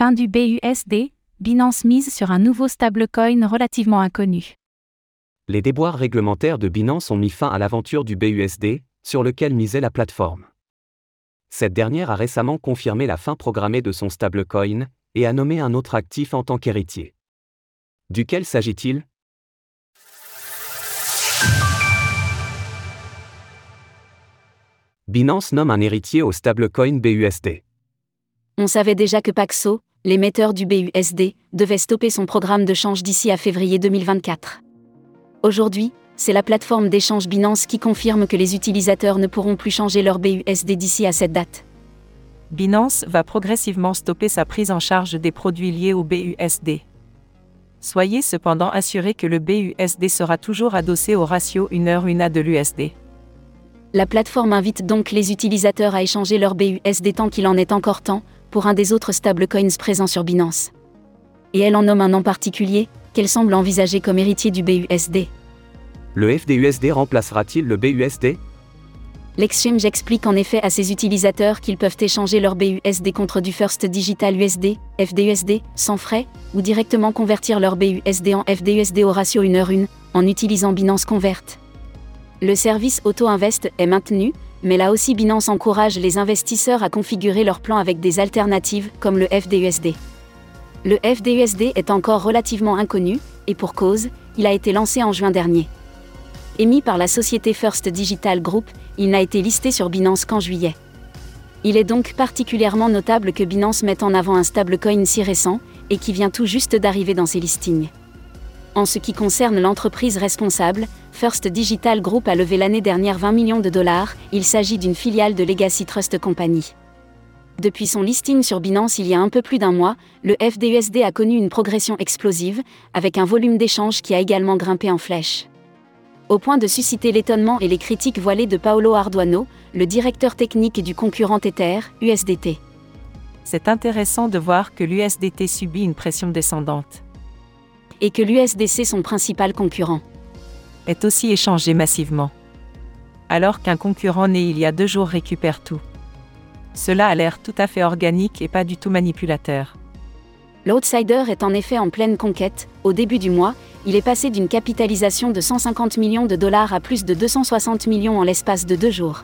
Fin du BUSD, Binance mise sur un nouveau stablecoin relativement inconnu. Les déboires réglementaires de Binance ont mis fin à l'aventure du BUSD, sur lequel misait la plateforme. Cette dernière a récemment confirmé la fin programmée de son stablecoin, et a nommé un autre actif en tant qu'héritier. Duquel s'agit-il ? Binance nomme un héritier au stablecoin BUSD. On savait déjà que Paxos, l'émetteur du BUSD, devait stopper son programme de change d'ici à février 2024. Aujourd'hui, c'est la plateforme d'échange Binance qui confirme que les utilisateurs ne pourront plus changer leur BUSD d'ici à cette date. Binance va progressivement stopper sa prise en charge des produits liés au BUSD. Soyez cependant assurés que le BUSD sera toujours adossé au ratio 1/1 de l'USD. La plateforme invite donc les utilisateurs à échanger leur BUSD tant qu'il en est encore temps, pour un des autres stablecoins présents sur Binance. Et elle en nomme un en particulier, qu'elle semble envisager comme héritier du BUSD. Le FDUSD remplacera-t-il le BUSD ? L'exchange explique en effet à ses utilisateurs qu'ils peuvent échanger leur BUSD contre du First Digital USD, FDUSD, sans frais, ou directement convertir leur BUSD en FDUSD au ratio 1/1, en utilisant Binance Convert. Le service Auto-Invest est maintenu, mais là aussi Binance encourage les investisseurs à configurer leur plan avec des alternatives, comme le FDUSD. Le FDUSD est encore relativement inconnu, et pour cause, il a été lancé en juin dernier. Émis par la société First Digital Group, il n'a été listé sur Binance qu'en juillet. Il est donc particulièrement notable que Binance mette en avant un stablecoin si récent, et qui vient tout juste d'arriver dans ses listings. En ce qui concerne l'entreprise responsable, First Digital Group a levé l'année dernière 20 millions de dollars, il s'agit d'une filiale de Legacy Trust Company. Depuis son listing sur Binance il y a un peu plus d'un mois, le FDUSD a connu une progression explosive, avec un volume d'échanges qui a également grimpé en flèche. Au point de susciter l'étonnement et les critiques voilées de Paolo Arduano, le directeur technique du concurrent Tether, USDT. C'est intéressant de voir que l'USDT subit une pression descendante. Et que l'USDC, son principal concurrent, est aussi échangé massivement. Alors qu'un concurrent né il y a 2 jours récupère tout. Cela a l'air tout à fait organique et pas du tout manipulateur. L'outsider est en effet en pleine conquête. Au début du mois, il est passé d'une capitalisation de 150 millions de dollars à plus de 260 millions en l'espace de 2 jours.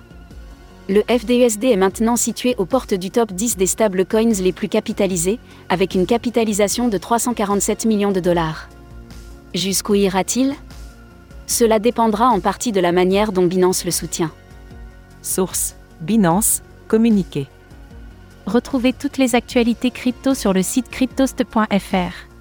Le FDUSD est maintenant situé aux portes du top 10 des stablecoins les plus capitalisés, avec une capitalisation de 347 millions de dollars. Jusqu'où ira-t-il ? Cela dépendra en partie de la manière dont Binance le soutient. Source : Binance, communiqué. Retrouvez toutes les actualités crypto sur le site cryptost.fr.